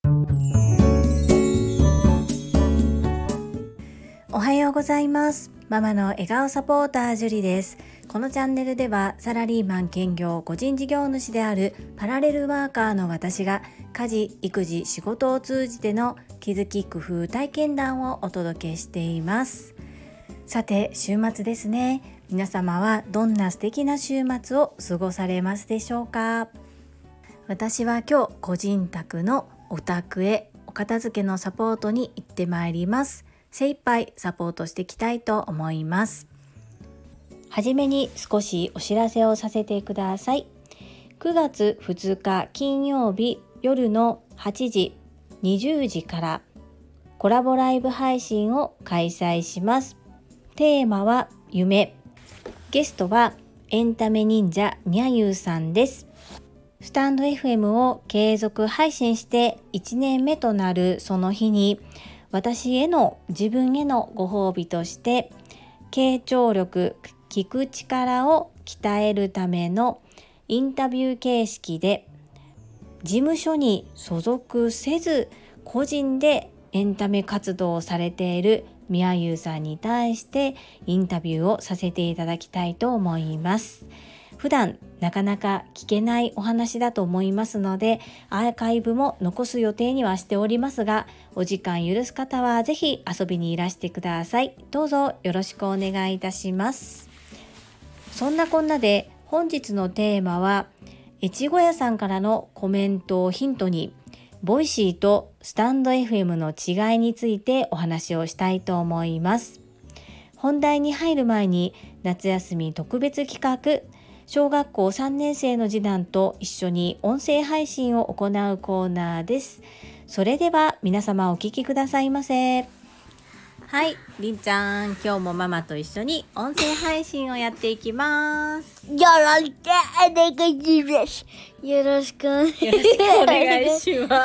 おはようございます。ママの笑顔サポータージュリです。このチャンネルではサラリーマン兼業個人事業主であるパラレルワーカーの私が家事・育児・仕事を通じての気づき・工夫・体験談をお届けしています。さて、週末ですね。皆様はどんな素敵な週末を過ごされますでしょうか？私は今日個人宅のお宅へお片付けのサポートに行ってまいります。精一杯サポートしていきたいと思います。はじめに少しお知らせをさせてください。9月2日金曜日夜の8時、20時からコラボライブ配信を開催します。テーマは夢。ゲストはエンタメ忍者みゃゆうさんです。スタンド FM を継続配信して1年目となるその日に、自分へのご褒美として傾聴力、聞く力を鍛えるためのインタビュー形式で、事務所に所属せず個人でエンタメ活動をされているみやゆうさんに対してインタビューをさせていただきたいと思います。普段なかなか聞けないお話だと思いますので、アーカイブも残す予定にはしておりますが、お時間許す方はぜひ遊びにいらしてください。どうぞよろしくお願いいたします。そんなこんなで本日のテーマは、越後屋さんからのコメントをヒントに、ボイシーとスタンド FM の違いについてお話をしたいと思います。本題に入る前に、夏休み特別企画、小学校3年生の次男と一緒に音声配信を行うコーナーです。それでは皆様お聞きくださいませ。はい、りんちゃん、今日もママと一緒に音声配信をやっていきます。 よろしくお願いします。よろしくお願いします。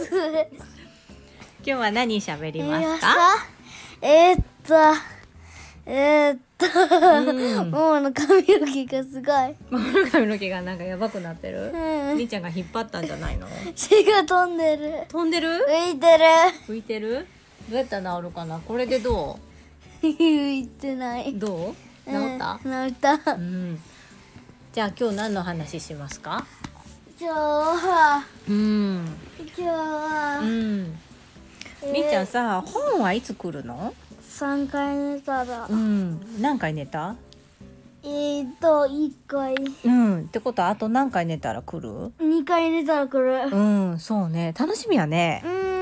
今日は何喋りますか？ もうの髪の毛がすごい。 髪の毛がなんかやばくなってる。りんちゃんが引っ張ったんじゃないの？ 血が飛んでる。 飛んでる？ 浮いてる。 どうやったら治るかな？これでどう？ 浮いてない。 どう？治った？ 治った。 じゃあ今日何の話しますか？ 今日はりんちゃんさ、本はいつ来るの ？3回寝たら。 何回寝た ？1回。 ってことはあと何回寝たら来る ？2回寝たら来る。 そうね。楽しみやね。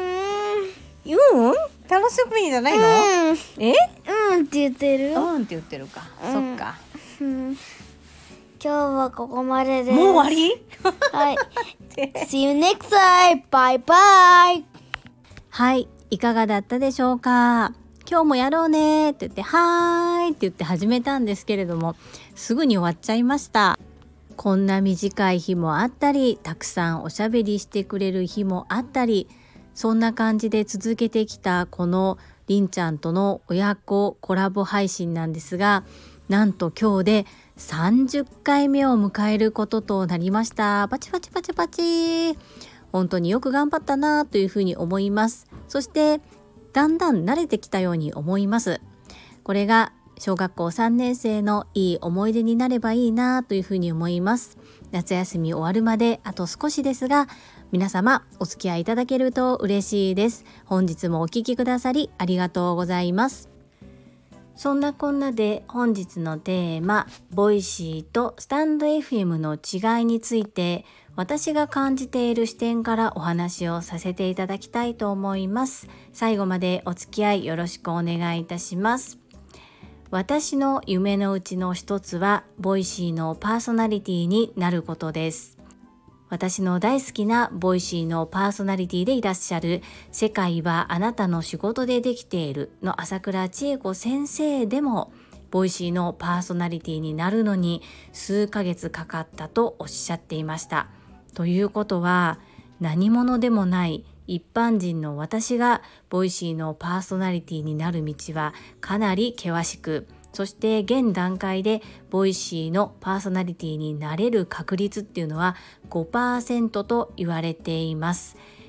楽しみじゃないの？って言ってる。 って言ってるか。そっか。 今日はここまでです。 もう終わり？ はい。See you next time. Bye bye. はい、いかがだったでしょうか？今日もやろうねって言って、はーいって言って始めたんですけれども、すぐに終わっちゃいました。こんな短い日もあったり、たくさんおしゃべりしてくれる日もあったり、そんな感じで続けてきたこのりんちゃんとの親子コラボ配信なんですが、なんと今日で30回目を迎えることとなりました。パチパチパチパチ。本当によく頑張ったなというふうに思います。そしてだんだん慣れてきたように思います。これが小学校3年生のいい思い出になればいいなというふうに思います。夏休み終わるまであと少しですが、皆様お付き合いいただけると嬉しいです。本日もお聞きくださりありがとうございます。そんなこんなで本日のテーマ、ボイシーとスタンド FM の違いについて、私が感じている視点からお話をさせていただきたいと思います。最後までお付き合いよろしくお願いいたします。私の夢のうちの一つは、ボイシーのパーソナリティになることです。私の大好きなボイシーのパーソナリティでいらっしゃる、世界はあなたの仕事でできているの朝倉千恵子先生でも、ボイシーのパーソナリティになるのに数ヶ月かかったとおっしゃっていました。ということは、何者でもない一般人の私がボイシーのパーソナリティになる道はかなり険しく、そして現段階でボイシーのパーソナリティになれる確率っていうのは 5% と言われています。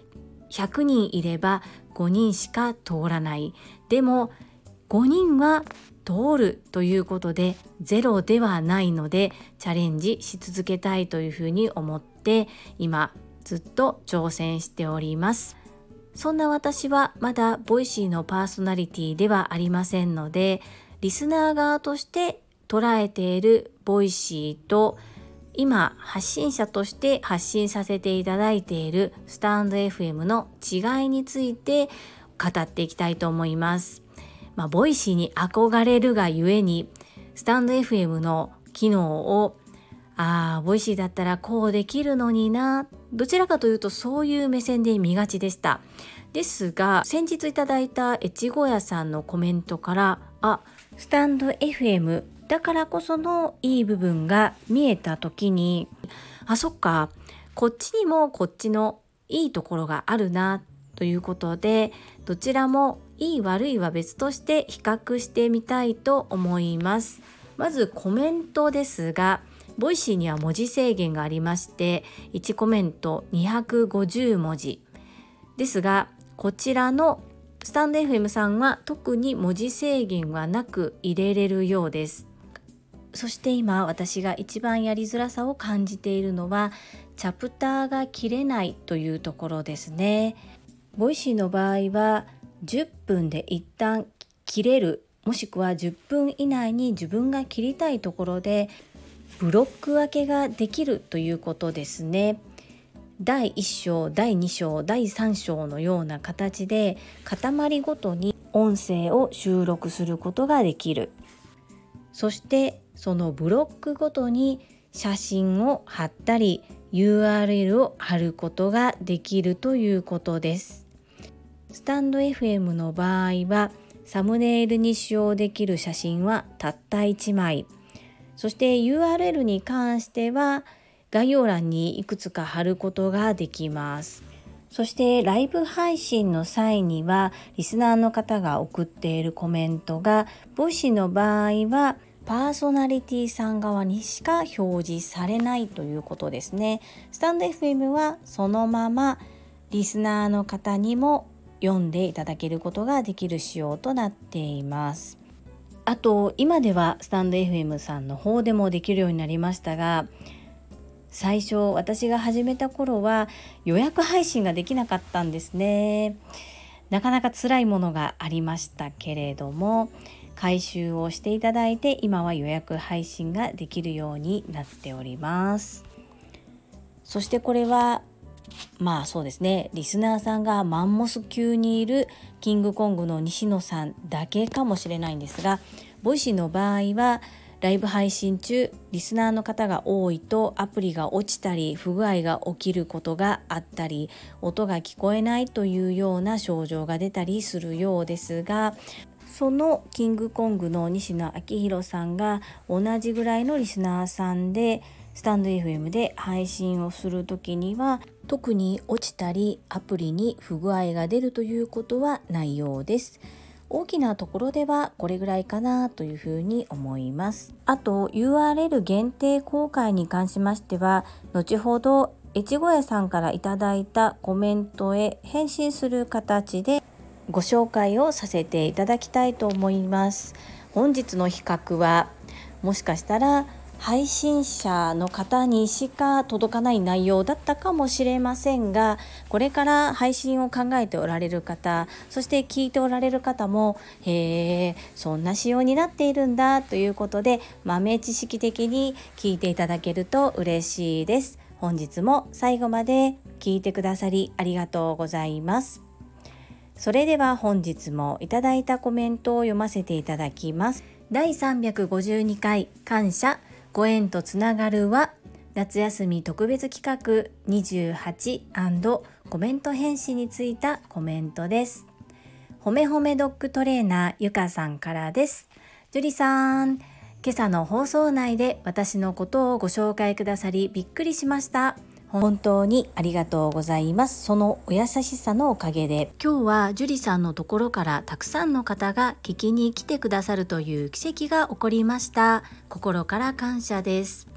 100人いれば5人しか通らない。でも5人は通るということでゼロではないので、チャレンジし続けたいというふうに思って今ずっと挑戦しております。そんな私はまだボイシーのパーソナリティではありませんので、リスナー側として捉えているボイシーと今発信者として発信させていただいているスタンド FM の違いについて語っていきたいと思います。ボイシーに憧れるがゆえにスタンド FM の機能をボイシーだったらこうできるのにな、どちらかというとそういう目線で見がちでした。ですが先日いただいた越後屋さんのコメントからスタンド FM だからこそのいい部分が見えた時にそっか、こっちにもこっちのいいところがあるなということで、どちらもいい悪いは別として比較してみたいと思います。まずコメントですが、ボイシーには文字制限がありまして、1コメント250文字ですが、こちらのスタンド FM さんは特に文字制限はなく入れれるようです。そして今私が一番やりづらさを感じているのはチャプターが切れないというところですね。ボイシーの場合は10分で一旦切れる、もしくは10分以内に自分が切りたいところでブロック分けができるということですね。第1章、第2章、第3章のような形で塊ごとに音声を収録することができる。そしてそのブロックごとに写真を貼ったり URL を貼ることができるということです。スタンド FM の場合はサムネイルに使用できる写真はたった1枚。そして URL に関しては概要欄にいくつか貼ることができます。そしてライブ配信の際にはリスナーの方が送っているコメントがボイシーの場合はパーソナリティさん側にしか表示されないということですね。スタンド FM はそのままリスナーの方にも読んでいただけることができる仕様となっています。あと今ではスタンド FM さんの方でもできるようになりましたが、最初私が始めた頃は予約配信ができなかったんですね。なかなか辛いものがありましたけれども、改修をしていただいて今は予約配信ができるようになっております。そしてこれはそうですね、リスナーさんがマンモス級にいるキングコングの西野さんだけかもしれないんですが、ボイシーの場合はライブ配信中リスナーの方が多いとアプリが落ちたり不具合が起きることがあったり、音が聞こえないというような症状が出たりするようですが、そのキングコングの西野昭弘さんが同じぐらいのリスナーさんでスタンド FM で配信をするときには特に落ちたりアプリに不具合が出るということはないようです。大きなところではこれぐらいかなというふうに思います。あと URL 限定公開に関しましては後ほど越後屋さんからいただいたコメントへ返信する形でご紹介をさせていただきたいと思います。本日の比較はもしかしたら配信者の方にしか届かない内容だったかもしれませんが、これから配信を考えておられる方、そして聞いておられる方もそんな仕様になっているんだということで豆知識的に聞いていただけると嬉しいです。本日も最後まで聞いてくださりありがとうございます。それでは本日もいただいたコメントを読ませていただきます。第352回感謝ご縁とつながるは夏休み特別企画28&コメント返信についたコメントです。ほめほめドッグトレーナーゆかさんからです。ジュリさん、今朝の放送内で私のことをご紹介くださりびっくりしました。本当にありがとうございます。そのお優しさのおかげで今日はジュリさんのところからたくさんの方が聞きに来てくださるという奇跡が起こりました。心から感謝です。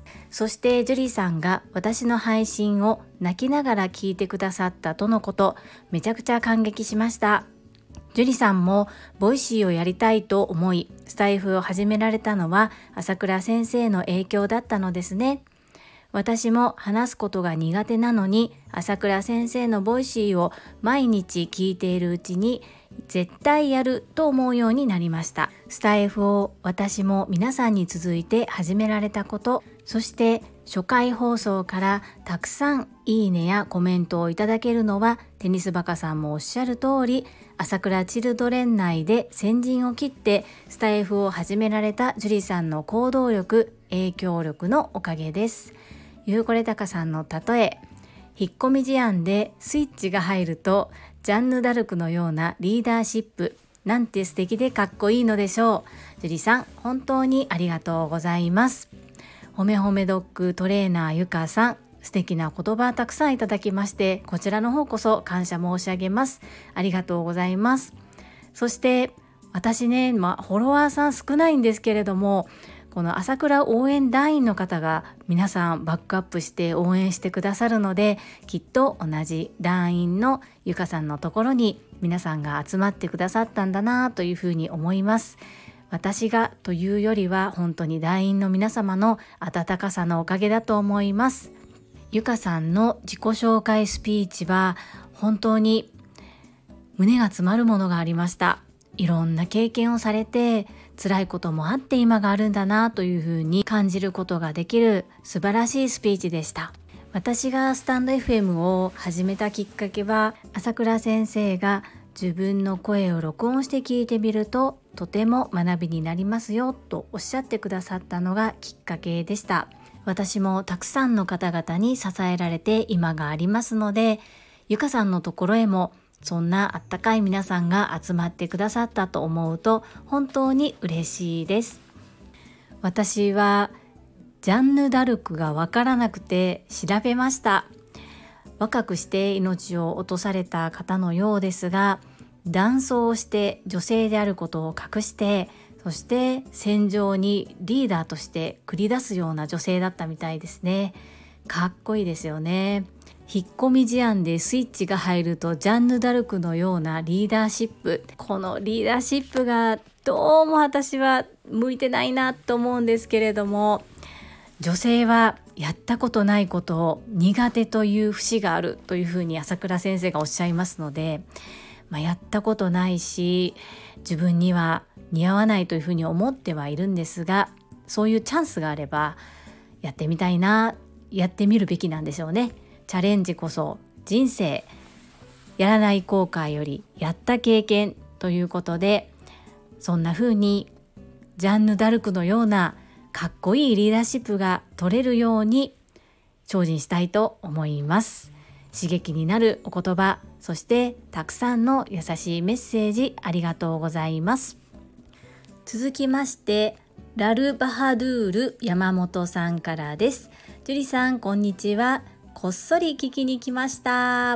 そしてジュリさんが私の配信を泣きながら聞いてくださったとのこと、めちゃくちゃ感激しました。ジュリさんもボイシーをやりたいと思い、スタイフを始められたのは朝倉先生の影響だったのですね。私も話すことが苦手なのに、朝倉先生のボイシーを毎日聞いているうちに絶対やると思うようになりました。スタイフを私も皆さんに続いて始められたこと、そして初回放送からたくさんいいねやコメントをいただけるのは、テニスバカさんもおっしゃる通り、朝倉チルドレン内で先陣を切ってスタイフを始められたジュリさんの行動力、影響力のおかげです。ゆうこれたかさんの例え、引っ込み思案でスイッチが入るとジャンヌ・ダルクのようなリーダーシップ、なんて素敵でかっこいいのでしょう。ジュリさん、本当にありがとうございます。ほめほめドッグトレーナーゆかさん、素敵な言葉たくさんいただきまして、こちらの方こそ感謝申し上げます。ありがとうございます。そして私ね、フォロワーさん少ないんですけれども、この朝倉応援団員の方が皆さんバックアップして応援してくださるので、きっと同じ団員のゆかさんのところに皆さんが集まってくださったんだなというふうに思います。私がというよりは本当に団員の皆様の温かさのおかげだと思います。ゆかさんの自己紹介スピーチは本当に胸が詰まるものがありました。いろんな経験をされて辛いこともあって今があるんだなというふうに感じることができる素晴らしいスピーチでした。私がスタンド FM を始めたきっかけは、朝倉先生が自分の声を録音して聞いてみるととても学びになりますよとおっしゃってくださったのがきっかけでした。私もたくさんの方々に支えられて今がありますので、ゆかさんのところへもそんなあったかい皆さんが集まってくださったと思うと本当に嬉しいです。私はジャンヌ・ダルクがわからなくて調べました。若くして命を落とされた方のようですが、男装をして女性であることを隠して、そして戦場にリーダーとして繰り出すような女性だったみたいですね。かっこいいですよね。引っ込み思案でスイッチが入るとジャンヌ・ダルクのようなリーダーシップ、このリーダーシップがどうも私は向いてないなと思うんですけれども、女性はやったことないことを苦手という節があるというふうに朝倉先生がおっしゃいますので、やったことないし自分には似合わないというふうに思ってはいるんですが、そういうチャンスがあればやってみたいな、やってみるべきなんでしょうね。チャレンジこそ人生、やらない後悔よりやった経験ということで、そんな風にジャンヌ・ダルクのようなかっこいいリーダーシップが取れるように精進したいと思います。刺激になるお言葉、そしてたくさんの優しいメッセージありがとうございます。続きましてラル・バハドゥール山本さんからです。ジュリさん、こんにちは。こっそり聞きに来ました。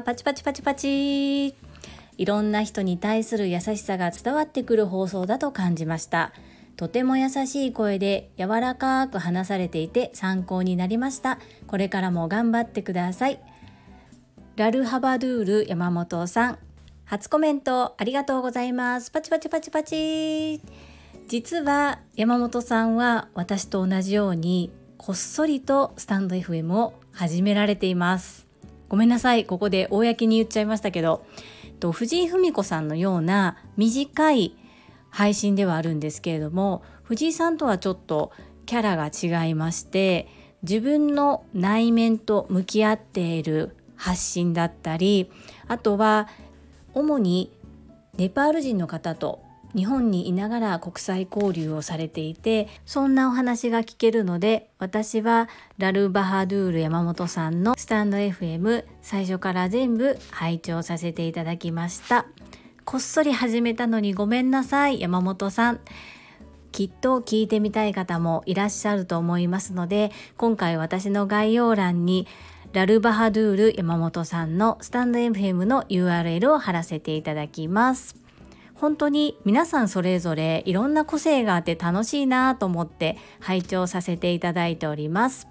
パチパチパチパチ。いろんな人に対する優しさが伝わってくる放送だと感じました。とても優しい声で柔らかく話されていて参考になりました。これからも頑張ってください。ラルハバドゥール山本さん、初コメントありがとうございます。パチパチパチパチ。実は山本さんは私と同じようにこっそりとスタンド FM を始められています。ごめんなさい、ここで公に言っちゃいましたけど、藤井文子さんのような短い配信ではあるんですけれども、藤井さんとはちょっとキャラが違いまして、自分の内面と向き合っている発信だったり、あとは主にネパール人の方と日本にいながら国際交流をされていて、そんなお話が聞けるので、私はラル・バハドゥール山本さんのスタンド FM 最初から全部拝聴させていただきました。こっそり始めたのにごめんなさい山本さん。きっと聞いてみたい方もいらっしゃると思いますので、今回私の概要欄にラル・バハドゥール山本さんのスタンド FM の URL を貼らせていただきます。本当に皆さんそれぞれいろんな個性があって楽しいなと思って拝聴させていただいております。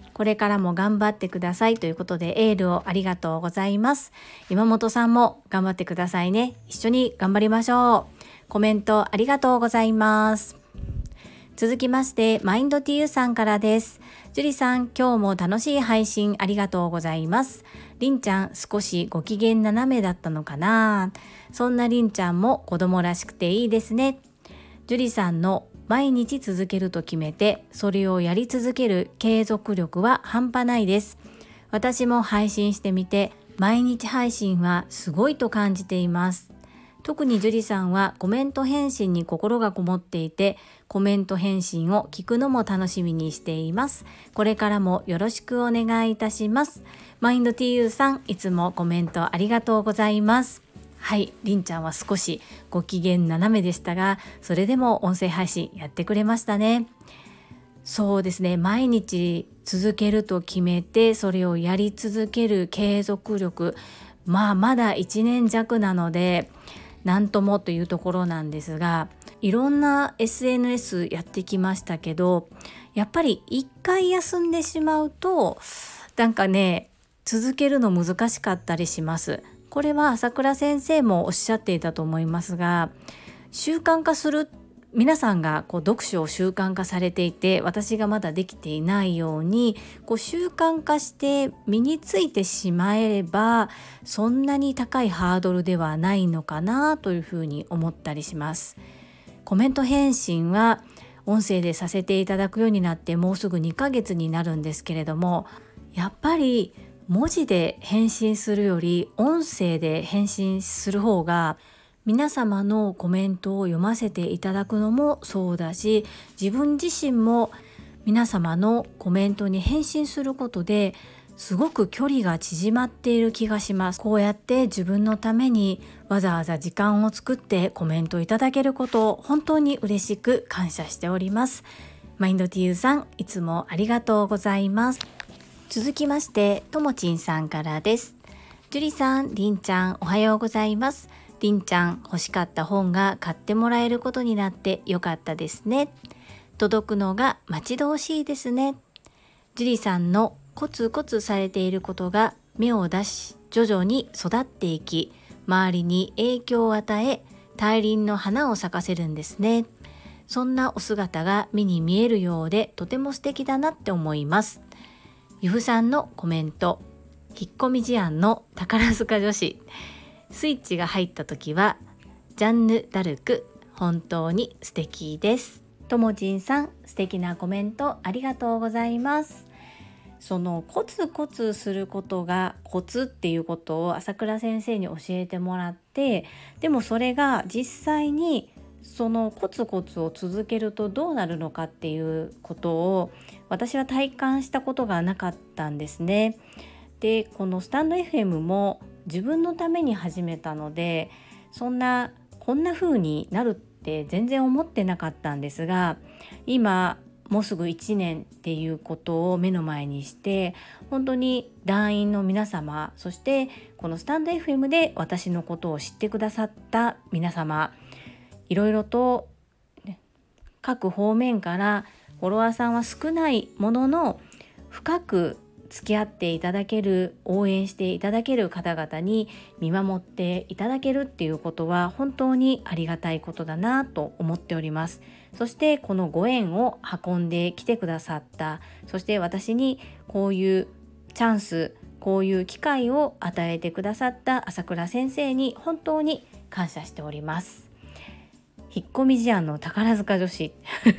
これからも頑張ってくださいということでエールをありがとうございます。今本さんも頑張ってくださいね。一緒に頑張りましょう。コメントありがとうございます。続きましてマインドティーユさんからです。ジュリさん、今日も楽しい配信ありがとうございます。りんちゃん、少しご機嫌斜めだったのかな。そんなりんちゃんも子供らしくていいですね。ジュリさんの毎日続けると決めてそれをやり続ける継続力は半端ないです。私も配信してみて毎日配信はすごいと感じています。特にジュリさんはコメント返信に心がこもっていて、コメント返信を聞くのも楽しみにしています。これからもよろしくお願いいたします。マインド TU さん、いつもコメントありがとうございます。はい、りんちゃんは少しご機嫌斜めでしたが、それでも音声配信やってくれましたね。そうですね、毎日続けると決めてそれをやり続ける継続力、まだ1年弱なのでなんともというところなんですが、いろんな SNS やってきましたけど、やっぱり一回休んでしまうとなんかね、続けるの難しかったりします。これは朝倉先生もおっしゃっていたと思いますが、習慣化する、皆さんが読書を習慣化されていて、私がまだできていないように習慣化して身についてしまえれば、そんなに高いハードルではないのかなというふうに思ったりします。コメント返信は音声でさせていただくようになってもうすぐ2ヶ月になるんですけれども、やっぱり文字で返信するより音声で返信する方が、皆様のコメントを読ませていただくのもそうだし、自分自身も皆様のコメントに返信することですごく距離が縮まっている気がします。こうやって自分のためにわざわざ時間を作ってコメントいただけることを本当に嬉しく感謝しております。マインド TU さん、いつもありがとうございます。続きましてともちんさんからです。ジュリさん、りんちゃん、おはようございます。りんちゃん、欲しかった本が買ってもらえることになってよかったですね。届くのが待ち遠しいですね。ジュリさんのコツコツされていることが芽を出し、徐々に育っていき、周りに影響を与え、大輪の花を咲かせるんですね。そんなお姿が目に見えるようでとても素敵だなって思います。ゆふさんのコメント、引っ込み思案の宝塚女子、スイッチが入った時はジャンヌ・ダルク、本当に素敵です。ともちんさん、素敵なコメントありがとうございます。そのコツコツすることがコツっていうことを朝倉先生に教えてもらって、でもそれが実際にそのコツコツを続けるとどうなるのかっていうことを私は体感したことがなかったんですね。で、このスタンド FM も自分のために始めたので、こんな風になるって全然思ってなかったんですが、今もうすぐ1年っていうことを目の前にして、本当に団員の皆様、そしてこのスタンド FM で私のことを知ってくださった皆様、いろいろと各方面からフォロワーさんは少ないものの、深く付き合っていただける、応援していただける方々に見守っていただけるっていうことは本当にありがたいことだなと思っております。そしてこのご縁を運んできてくださった、そして私にこういうチャンス、こういう機会を与えてくださった朝倉先生に本当に感謝しております。引っ込み思案の宝塚女子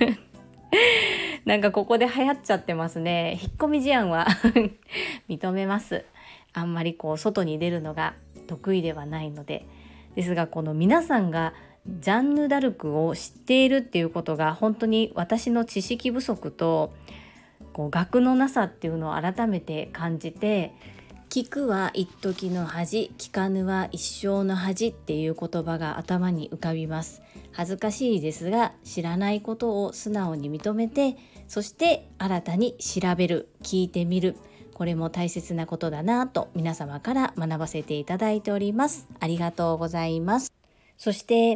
なんかここで流行っちゃってますね。引っ込み思案は認めます。あんまり外に出るのが得意ではないので。ですが、この皆さんがジャンヌ・ダルクを知っているっていうことが本当に私の知識不足と学のなさっていうのを改めて感じて、聞くは一時の恥、聞かぬは一生の恥っていう言葉が頭に浮かびます。恥ずかしいですが、知らないことを素直に認めて、そして新たに調べる、聞いてみる、これも大切なことだなと皆様から学ばせていただいております。ありがとうございます。そして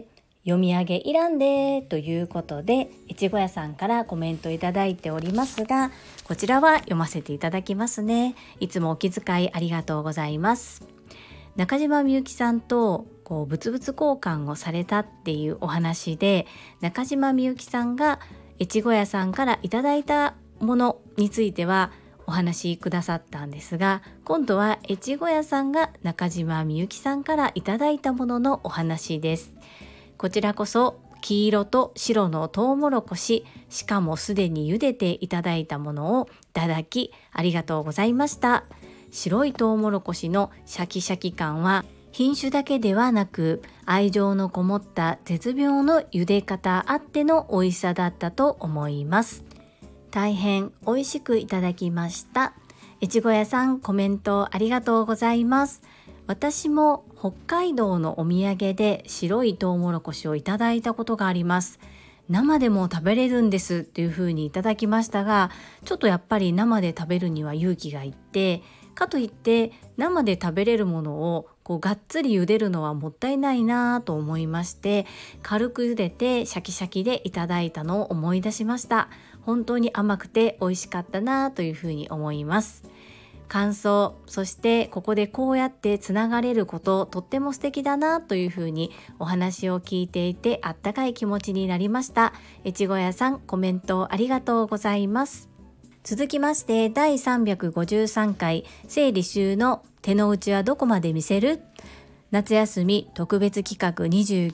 読み上げいらんでということで、越後屋さんからコメントいただいておりますが、こちらは読ませていただきますね。いつもお気遣いありがとうございます。中島みゆきさんと物々交換をされたっていうお話で、中島みゆきさんが越後屋さんからいただいたものについてはお話しくださったんですが、今度は越後屋さんが中島みゆきさんからいただいたもののお話です。こちらこそ黄色と白のトウモロコシ、しかもすでに茹でていただいたものをいただきありがとうございました。白いトウモロコシのシャキシャキ感は品種だけではなく、愛情のこもった絶妙の茹で方あっての美味しさだったと思います。大変美味しくいただきました。越後屋さん、コメントありがとうございます。私も北海道のお土産で白いトウモロコシをいただいたことがあります。生でも食べれるんですっていう風にいただきましたが、ちょっとやっぱり生で食べるには勇気がいって、かといって生で食べれるものをがっつり茹でるのはもったいないなと思いまして、軽く茹でてシャキシャキでいただいたのを思い出しました。本当に甘くて美味しかったなというふうに思います。感想、そしてここでこうやってつながれること、とっても素敵だなというふうにお話を聞いていて、あったかい気持ちになりました。越後屋さん、コメントありがとうございます。続きまして第353回整理収納手の内はどこまで見せる？夏休み特別企画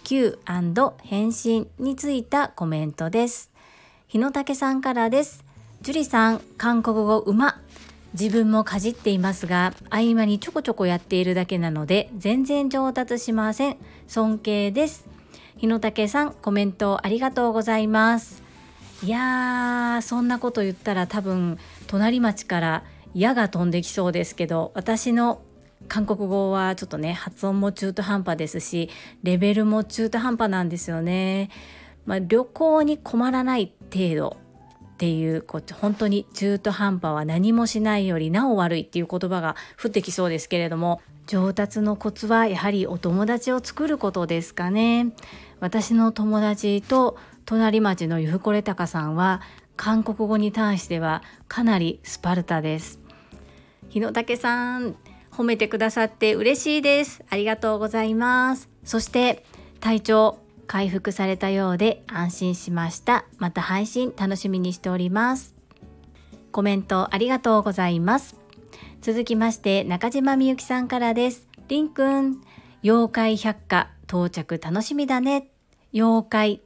29&返信についたコメントです。日野武さんからです。樹里さん、韓国語うま。自分もかじっていますが、合間にちょこちょこやっているだけなので全然上達しません。尊敬です。日野武さん、コメントありがとうございます。いやー、そんなこと言ったら多分隣町から矢が飛んできそうですけど、私の韓国語はちょっとね、発音も中途半端ですし、レベルも中途半端なんですよね。旅行に困らない程度っていう、本当に中途半端は何もしないよりなお悪いっていう言葉が降ってきそうですけれども、上達のコツはやはりお友達を作ることですかね。私の友達と隣町のゆふこれたかさんは韓国語に関してはかなりスパルタです。日野武さん、褒めてくださって嬉しいです。ありがとうございます。そして体調回復されたようで安心しました。また配信楽しみにしております。コメントありがとうございます。続きまして中島みゆきさんからです。りんくん、妖怪百科到着楽しみだね。妖怪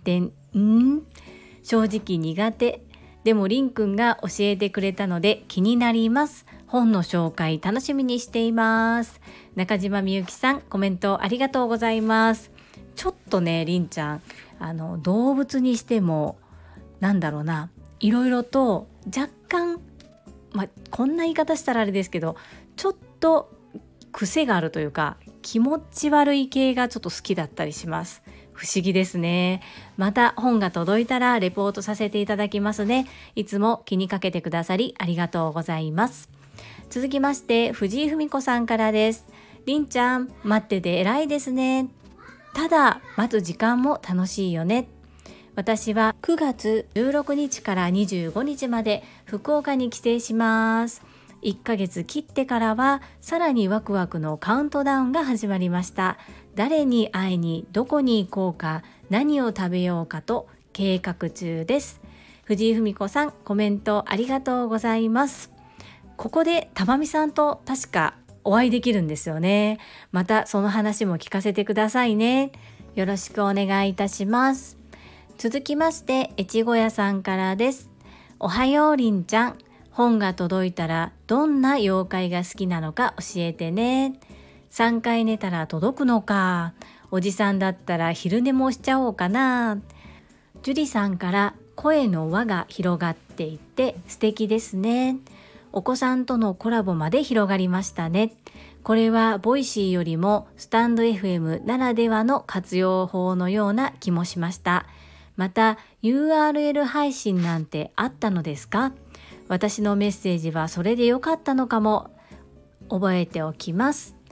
正直苦手。でもりんくんが教えてくれたので気になります。本の紹介楽しみにしています。中島みゆきさん、コメントありがとうございます。ちょっとね、りんちゃん、動物にしてもいろいろと若干、こんな言い方したらあれですけど、ちょっと癖があるというか、気持ち悪い系がちょっと好きだったりします。不思議ですね。また本が届いたらレポートさせていただきますね。いつも気にかけてくださりありがとうございます。続きまして藤井文子さんからです。りんちゃん、待ってて偉いですね。ただ待つ時間も楽しいよね。私は9月16日から25日まで福岡に帰省します。1ヶ月切ってからはさらにワクワクのカウントダウンが始まりました。誰に会いにどこに行こうか、何を食べようかと計画中です。藤井文子さん、コメントありがとうございます。ここでたまみさんと確かお会いできるんですよね。またその話も聞かせてくださいね。よろしくお願いいたします。続きまして越後屋さんからです。おはようりんちゃん、本が届いたらどんな妖怪が好きなのか教えてね。3回寝たら届くのか。おじさんだったら昼寝もしちゃおうかな。樹里さんから声の輪が広がっていて素敵ですね。お子さんとのコラボまで広がりましたね。これはボイシーよりもスタンド FM ならではの活用法のような気もしました。また URL 配信なんてあったのですか？私のメッセージはそれでよかったのかも。覚えておきます。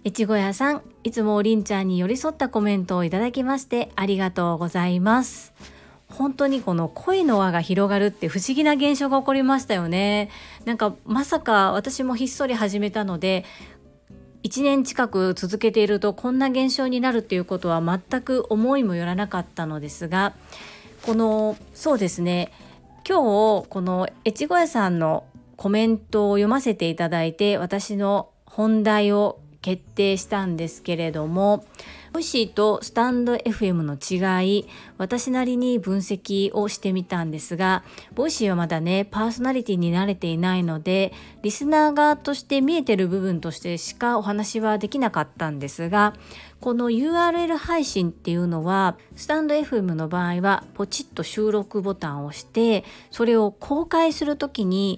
越後屋さん、いつもりんちゃんに寄り添ったコメントをいただきましてありがとうございます。本当にこの恋の輪が広がるって不思議な現象が起こりましたよね。なんかまさか私もひっそり始めたので1年近く続けているとこんな現象になるっていうことは全く思いもよらなかったのですが、そうですね、今日この越後屋さんのコメントを読ませていただいて私の本題を決定したんですけれども、ボイシーとスタンド FM の違い、私なりに分析をしてみたんですが、ボイシーはまだねパーソナリティに慣れていないのでリスナー側として見えてる部分としてしかお話はできなかったんですが、この URL 配信っていうのはスタンド FM の場合はポチッと収録ボタンを押してそれを公開するときに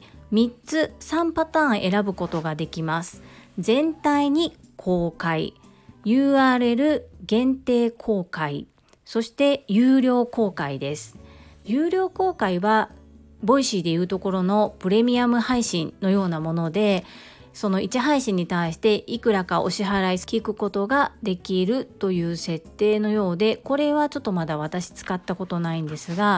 3パターン選ぶことができます。全体に公開、URL 限定公開、そして有料公開です。有料公開はボイシーでいうところのプレミアム配信のようなもので、その1配信に対していくらかお支払い聞くことができるという設定のようで、これはちょっとまだ私使ったことないんですが、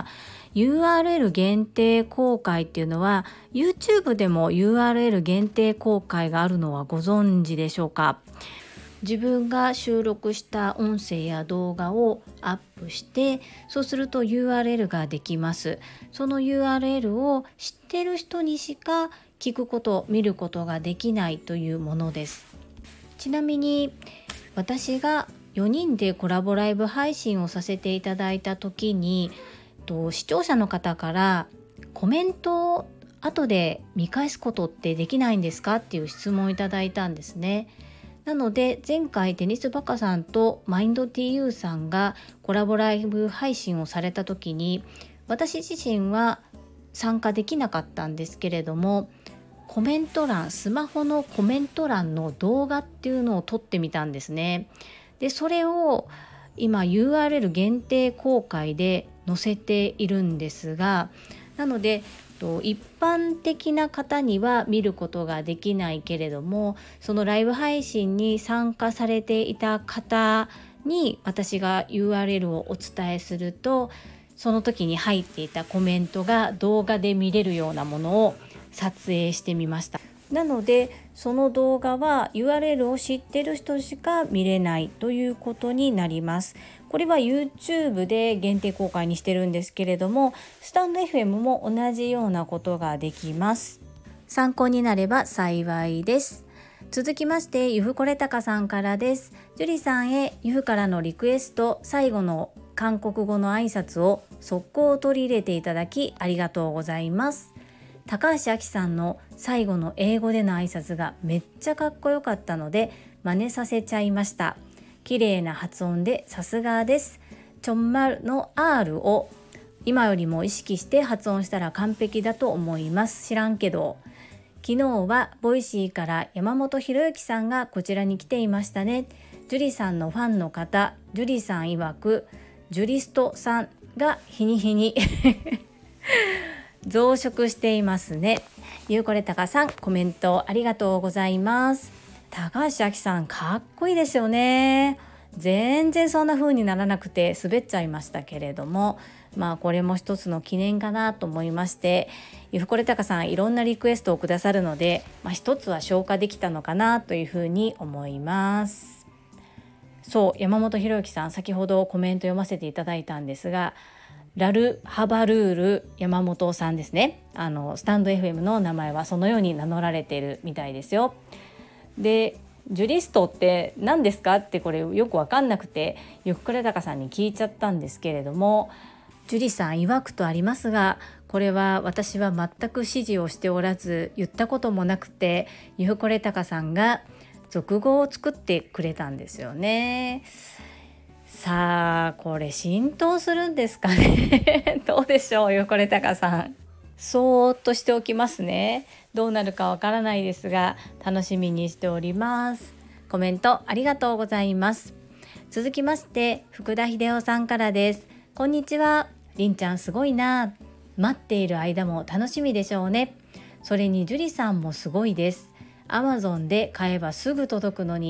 URL 限定公開っていうのは YouTube でも URL 限定公開があるのはご存知でしょうか。自分が収録した音声や動画をアップして、そうすると URL ができます。その URL を知ってる人にしか聞くこと、見ることができないというものです。ちなみに私が4人でコラボライブ配信をさせていただいた時に、視聴者の方からコメントを後で見返すことってできないんですかっていう質問をいただいたんですね。なので前回テニスバカさんとマインド TU さんがコラボライブ配信をされた時に私自身は参加できなかったんですけれども、コメント欄、スマホのコメント欄の動画っていうのを撮ってみたんですね。でそれを今 URL 限定公開で載せているんですが、なので一般的な方には見ることができないけれども、そのライブ配信に参加されていた方に私が URL をお伝えすると、その時に入っていたコメントが動画で見れるようなものを撮影してみました。なのでその動画は URL を知ってる人しか見れないということになります。これは YouTube で限定公開にしてるんですけれども、スタンド FM も同じようなことができます。参考になれば幸いです。続きましてゆふこれたかさんからです。ジュリさんへゆふからのリクエスト、最後の韓国語の挨拶を速攻取り入れていただきありがとうございます。高橋明さんの最後の英語での挨拶がめっちゃかっこよかったので真似させちゃいました。綺麗な発音でさすがです。ちょんまるの R を今よりも意識して発音したら完璧だと思います。知らんけど。昨日はボイシーから山本博之さんがこちらに来ていましたね。ジュリさんのファンの方、ジュリさん曰くジュリストさんが日に日に増殖していますね。ゆうこれたかさん、コメントありがとうございます。高橋明さんかっこいいですよね。全然そんな風にならなくて滑っちゃいましたけれども、これも一つの記念かなと思いまして、ゆふこれたかさんいろんなリクエストをくださるので、一つは消化できたのかなという風に思います。そう、山本博之さん、先ほどコメント読ませていただいたんですが、ラルハバルール山本さんですね。スタンド FM の名前はそのように名乗られているみたいですよ。でジュリストって何ですかってこれよく分かんなくてゆっくれたかさんに聞いちゃったんですけれども、ジュリさん曰くとありますが、これは私は全く指示をしておらず言ったこともなくて、ゆふこれたかさんが俗語を作ってくれたんですよね。さあこれ浸透するんですかねどうでしょう、ゆふこれたかさん。そーっとしておきますね。どうなるかわからないですが楽しみにしております。コメントありがとうございます。続きまして福田秀夫さんからです。こんにちは。りんちゃんすごいな。待っている間も楽しみでしょうね。それにジュリさんもすごいです。Amazon で買えばすぐ届くのに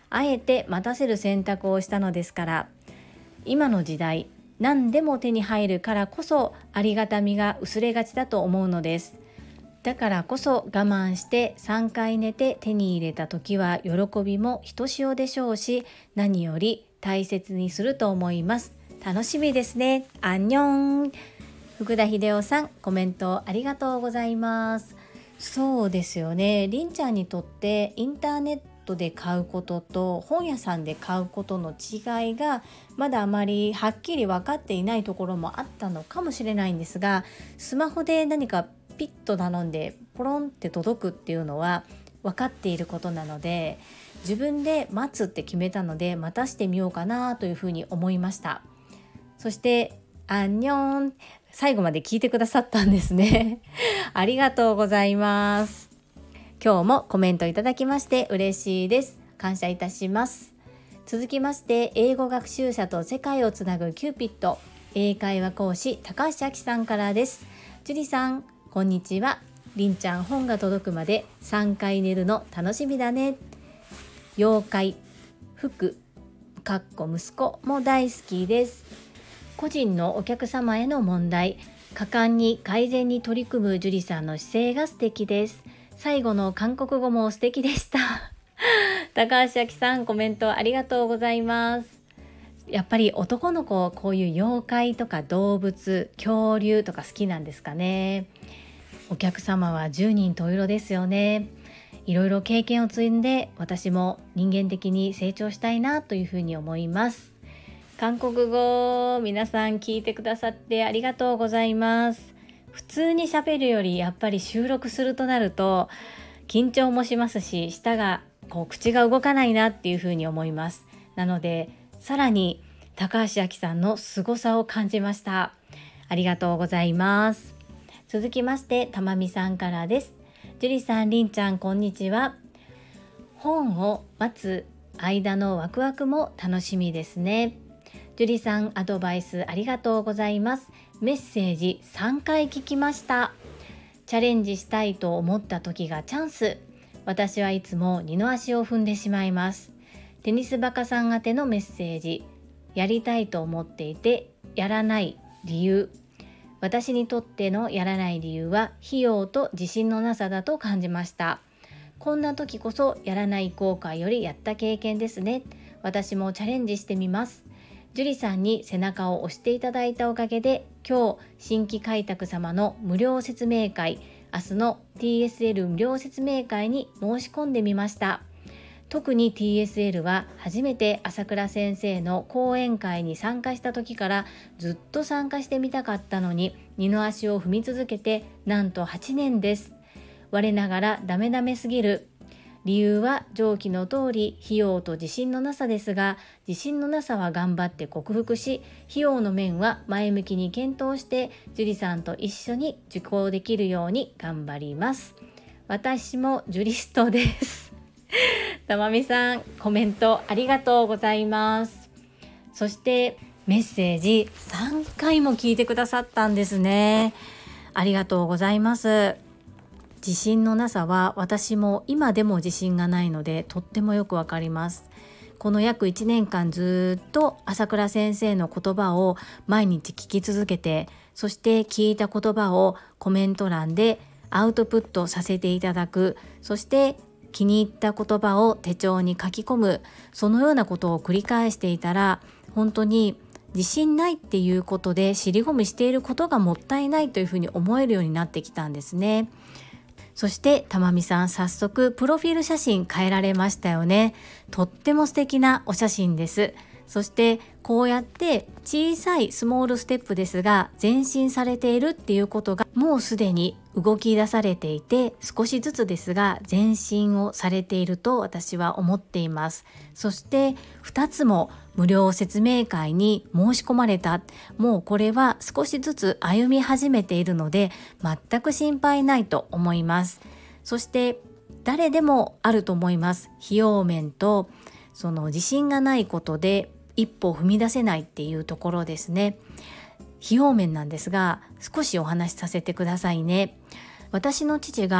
あえて待たせる選択をしたのですから。今の時代、何でも手に入るからこそありがたみが薄れがちだと思うのです。だからこそ我慢して3回寝て手に入れた時は喜びもひとしおでしょうし、何より大切にすると思います。楽しみですね。アンニョン。福田秀夫さん、コメントありがとうございます。そうですよね。りんちゃんにとってインターネットで買うことと本屋さんで買うことの違いがまだあまりはっきり分かっていないところもあったのかもしれないんですが、スマホで何かピッと頼んでポロンって届くっていうのは分かっていることなので、自分で待つって決めたので待たしてみようかなというふうに思いました。そしてアンニョン、最後まで聞いてくださったんですねありがとうございます。今日もコメントいただきまして嬉しいです。感謝いたします。続きまして、英語学習者と世界をつなぐキューピッド英会話講師高橋明さんからです。ジュリさん、こんにちは。りんちゃん、本が届くまで3回寝るの楽しみだね。妖怪、服、息子も大好きです。個人のお客様への問題、果敢に改善に取り組むジュリさんの姿勢が素敵です。最後の韓国語も素敵でした高橋明さん、コメントありがとうございます。やっぱり男の子、こういう妖怪とか動物、恐竜とか好きなんですかね。お客様は10人十色ですよね。いろいろ経験を積んで、私も人間的に成長したいなというふうに思います。韓国語、皆さん聞いてくださってありがとうございます。普通に喋るよりやっぱり収録するとなると緊張もしますし、口が動かないなっていうふうに思います。なのでさらに高橋明さんの凄さを感じました。ありがとうございます。続きましてたまみさんからです。ジュリさん、りんちゃん、こんにちは。本を待つ間のワクワクも楽しみですね。ジュリさん、アドバイスありがとうございます。メッセージ3回聞きました。チャレンジしたいと思った時がチャンス。私はいつも二の足を踏んでしまいます。テニスバカさん宛てのメッセージ。やりたいと思っていてやらない理由。私にとってのやらない理由は費用と自信のなさだと感じました。こんな時こそやらない後悔よりやった経験ですね。私もチャレンジしてみます。ジュリさんに背中を押していただいたおかげで、今日新規開拓様の無料説明会、明日の TSL 無料説明会に申し込んでみました。特に TSL は初めて朝倉先生の講演会に参加した時からずっと参加してみたかったのに、二の足を踏み続けてなんと8年です。我ながらダメすぎる。理由は上記の通り費用と自信のなさですが、自信のなさは頑張って克服し、費用の面は前向きに検討してジュリさんと一緒に受講できるように頑張ります。私もジュリストですたまみさん、コメントありがとうございます。そしてメッセージ3回も聞いてくださったんですね。ありがとうございます。自信のなさは私も今でも自信がないのでとってもよくわかります。この約1年間ずっと朝倉先生の言葉を毎日聞き続けて、そして聞いた言葉をコメント欄でアウトプットさせていただく、そして気に入った言葉を手帳に書き込む、そのようなことを繰り返していたら、本当に自信ないっていうことで尻込みしていることがもったいないというふうに思えるようになってきたんですね。そしてたまみさん、早速プロフィール写真変えられましたよね。とっても素敵なお写真です。そしてこうやって小さいスモールステップですが前進されているっていうことがもうすでに動き出されていて、少しずつですが前進をされていると私は思っています。そして2つも無料説明会に申し込まれた。もうこれは少しずつ歩み始めているので全く心配ないと思います。そして誰でもあると思います。費用面とその自信がないことで一歩踏み出せないっていうところですね。費用面なんですが少しお話しさせてくださいね。私の父が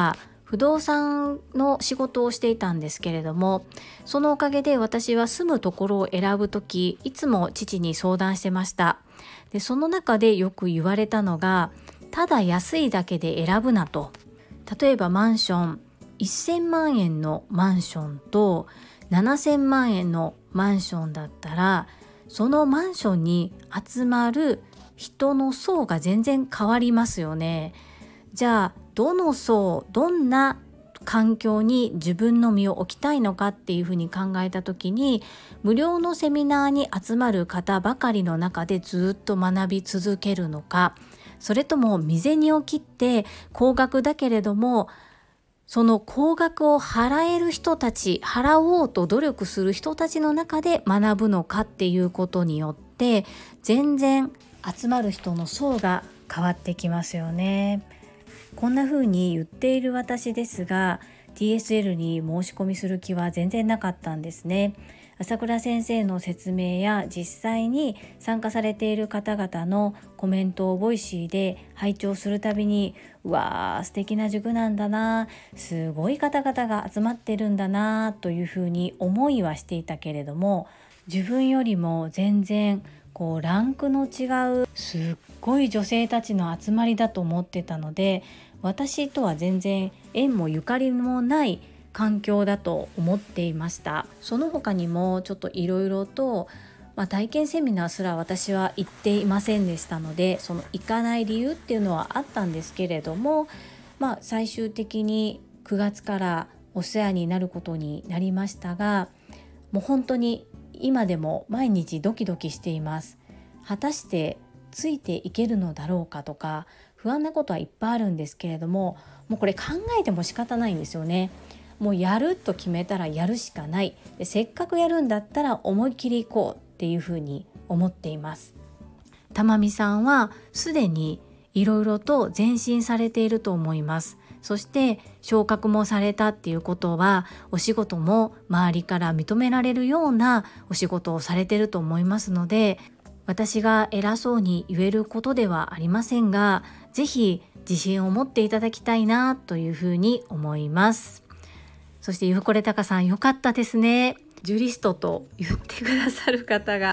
不動産の仕事をしていたんですけれども、そのおかげで私は住むところを選ぶとき、いつも父に相談してました。でその中でよく言われたのが、ただ安いだけで選ぶなと。例えばマンション、1000万円のマンションと7000万円のマンションだったら、そのマンションに集まる人の層が全然変わりますよね。じゃあどの層、どんな環境に自分の身を置きたいのかっていうふうに考えた時に、無料のセミナーに集まる方ばかりの中でずっと学び続けるのか、それとも身銭を切って高額だけれども、その高額を払える人たち、払おうと努力する人たちの中で学ぶのかっていうことによって、全然集まる人の層が変わってきますよね。こんな風に言っている私ですが、 TSL に申し込みする気は全然なかったんですね。朝倉先生の説明や実際に参加されている方々のコメントをボイシーで拝聴するたびに、うわー素敵な塾なんだな、すごい方々が集まってるんだなというふうに思いはしていたけれども、自分よりも全然ランクの違うすっごい女性たちの集まりだと思ってたので、私とは全然縁もゆかりもない環境だと思っていました。その他にもちょっといろいろと、体験セミナーすら私は行っていませんでしたので、その行かない理由っていうのはあったんですけれども、最終的に9月からお世話になることになりましたが、もう本当に今でも毎日ドキドキしています。果たしてついていけるのだろうかとか、不安なことはいっぱいあるんですけれども、もうこれ考えても仕方ないんですよね。もうやると決めたらやるしかない。でせっかくやるんだったら思い切り行こうっていうふうに思っています。たまみさんはすでにいろいろと前進されていると思います。そして昇格もされたっていうことは、お仕事も周りから認められるようなお仕事をされていると思いますので、私が偉そうに言えることではありませんが、ぜひ自信を持っていただきたいなというふうに思います。そしてゆうこれたかさん、よかったですね。ジュリストと言ってくださる方が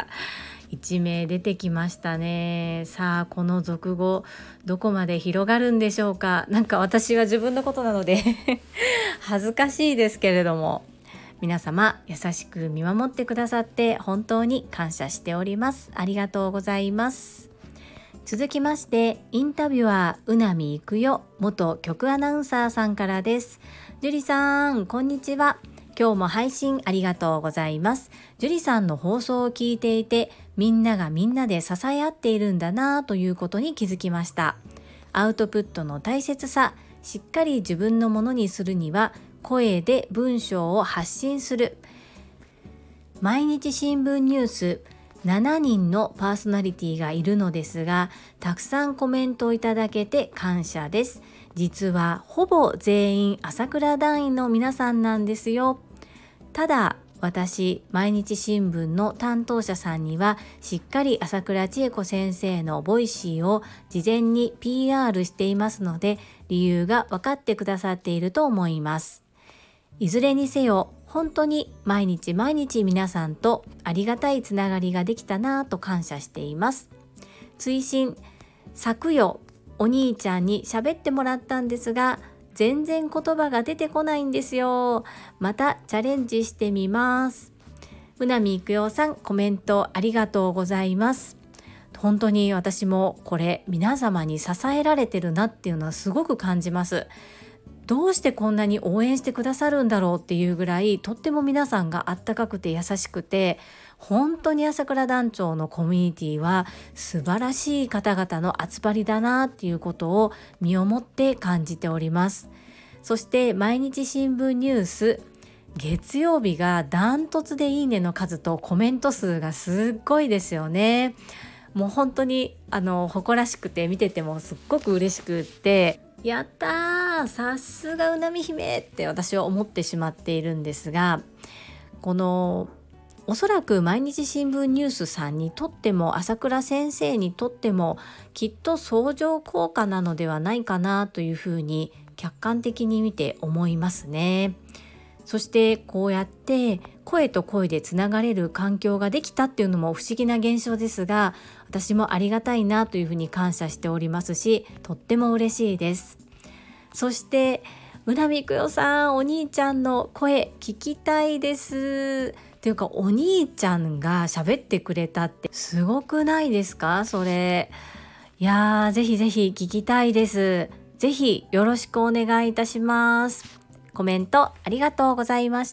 1名出てきましたね。さあこの続語どこまで広がるんでしょうか。なんか私は自分のことなので恥ずかしいですけれども、皆様優しく見守ってくださって本当に感謝しております。ありがとうございます。続きましてインタビュアーうなみいくよ元局アナウンサーさんからです。ジュリさんこんにちは。今日も配信ありがとうございます。ジュリさんの放送を聞いていて、みんながみんなで支え合っているんだなということに気づきました。アウトプットの大切さ、しっかり自分のものにするには声で文章を発信する。毎日新聞ニュース7人のパーソナリティがいるのですが、たくさんコメントをいただけて感謝です。実はほぼ全員朝倉団員の皆さんなんですよ。ただ私、毎日新聞の担当者さんにはしっかり朝倉千恵子先生のボイシーを事前に PR していますので、理由が分かってくださっていると思います。いずれにせよ本当に毎日毎日皆さんとありがたいつながりができたなと感謝しています。追伸、昨夜お兄ちゃんに喋ってもらったんですが、全然言葉が出てこないんですよ。またチャレンジしてみます。うなみいくよさん、コメントありがとうございます。本当に私もこれ皆様に支えられてるなっていうのはすごく感じます。どうしてこんなに応援してくださるんだろうっていうぐらい、とっても皆さんがあったかくて優しくて、本当に朝倉団長のコミュニティは素晴らしい方々の集まりだなっていうことを身をもって感じております。そして毎日新聞ニュース、月曜日がダントツでいいねの数とコメント数がすっごいですよね。もう本当に誇らしくて見ててもすっごく嬉しくって、やったー、さすがうなみ姫って私は思ってしまっているんですが、おそらく毎日新聞ニュースさんにとっても朝倉先生にとってもきっと相乗効果なのではないかなというふうに客観的に見て思いますね。そしてこうやって声と声でつながれる環境ができたっていうのも不思議な現象ですが、私もありがたいなというふうに感謝しておりますし、とっても嬉しいです。そしてうなみくよさん、お兄ちゃんの声聞きたいですっていうか、お兄ちゃんが喋ってくれたってすごくないですか？それいやー、ぜひぜひ聞きたいです。ぜひよろしくお願いいたします。コメントありがとうございました。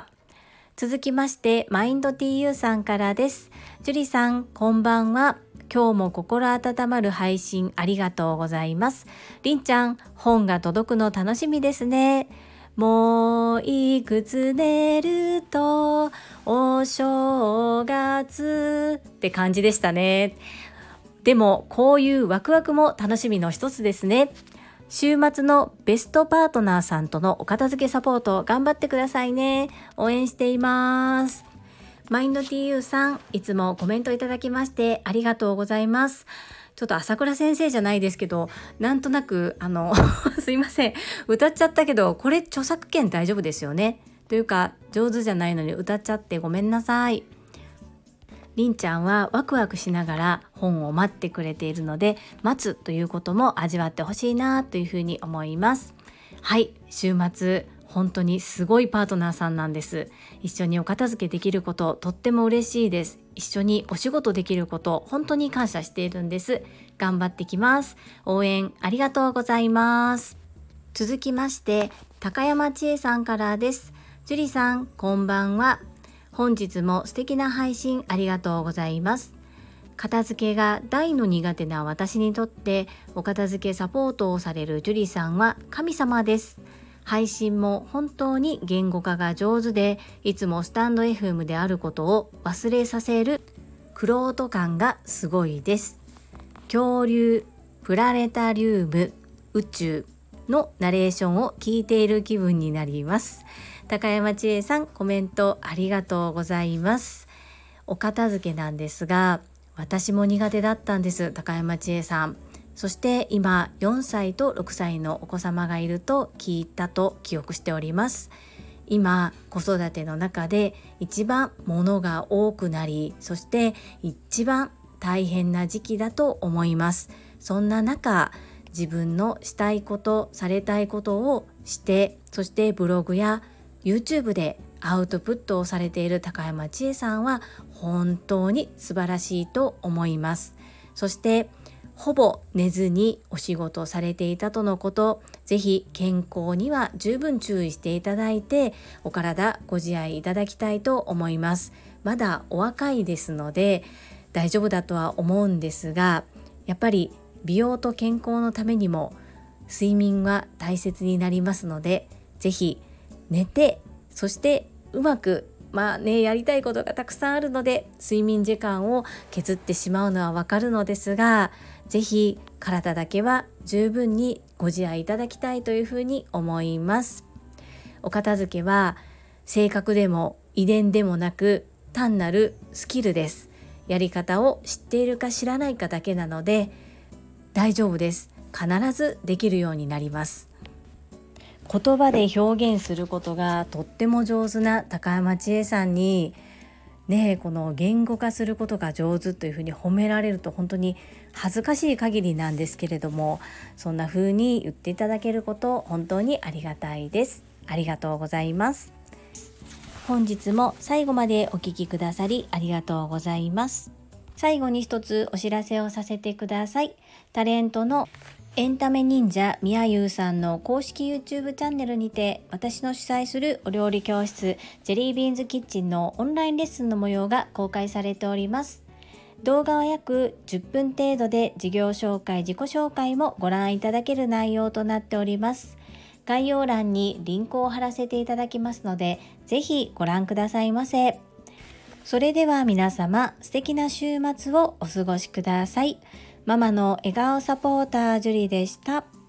続きましてマインド TU さんからです。ジュリさん、こんばんは。今日も心温まる配信ありがとうございます。りんちゃん、本が届くの楽しみですね。もういくつ寝るとお正月って感じでしたね。でもこういうワクワクも楽しみの一つですね。週末のベストパートナーさんとのお片付けサポート頑張ってくださいね。応援しています。マインド TU さん、いつもコメントいただきましてありがとうございます。ちょっと朝倉先生じゃないですけど、なんとなくすいません、歌っちゃったけど、これ著作権大丈夫ですよね？というか上手じゃないのに歌っちゃってごめんなさい。りんちゃんはワクワクしながら本を待ってくれているので、待つということも味わってほしいなというふうに思います。はい、週末本当にすごいパートナーさんなんです。一緒にお片付けできることとっても嬉しいです。一緒にお仕事できること本当に感謝しているんです。頑張ってきます。応援ありがとうございます。続きまして高山千恵さんからです。ジュリさん、こんばんは。本日も素敵な配信ありがとうございます。片付けが大の苦手な私にとってお片付けサポートをされるジュリさんは神様です。配信も本当に言語化が上手で、いつもスタンド FM であることを忘れさせる玄人感がすごいです。恐竜、プラネタリウム、宇宙のナレーションを聞いている気分になります。高山千恵さん、コメントありがとうございます。お片付けなんですが、私も苦手だったんです。高山千恵さん。そして今4歳と6歳のお子様がいると聞いたと記憶しております。今子育ての中で一番物が多くなり、そして一番大変な時期だと思います。そんな中、自分のしたいこと、されたいことをして、そしてブログや YouTube でアウトプットをされている高山千恵さんは本当に素晴らしいと思います。そしてほぼ寝ずにお仕事されていたとのこと、ぜひ健康には十分注意していただいて、お体ご自愛いただきたいと思います。まだお若いですので大丈夫だとは思うんですが、やっぱり美容と健康のためにも睡眠は大切になりますので、ぜひ寝て、そしてうまくやりたいことがたくさんあるので睡眠時間を削ってしまうのはわかるのですが、ぜひ体だけは十分にご自愛いただきたいというふうに思います。お片付けは性格でも遺伝でもなく単なるスキルです。やり方を知っているか知らないかだけなので大丈夫です。必ずできるようになります。言葉で表現することがとっても上手な高山千恵さんにこの言語化することが上手というふうに褒められると本当に恥ずかしい限りなんですけれども、そんな風に言っていただけること本当にありがたいです。ありがとうございます。本日も最後までお聞きくださりありがとうございます。最後に一つお知らせをさせてください。タレントのエンタメ忍者みやゆうさんの公式 YouTube チャンネルにて、私の主催するお料理教室ジェリービーンズキッチンのオンラインレッスンの模様が公開されております。動画は約10分程度で、事業紹介、自己紹介もご覧いただける内容となっております。概要欄にリンクを貼らせていただきますので、ぜひご覧くださいませ。それでは皆様、素敵な週末をお過ごしください。ママの笑顔サポータージュリでした。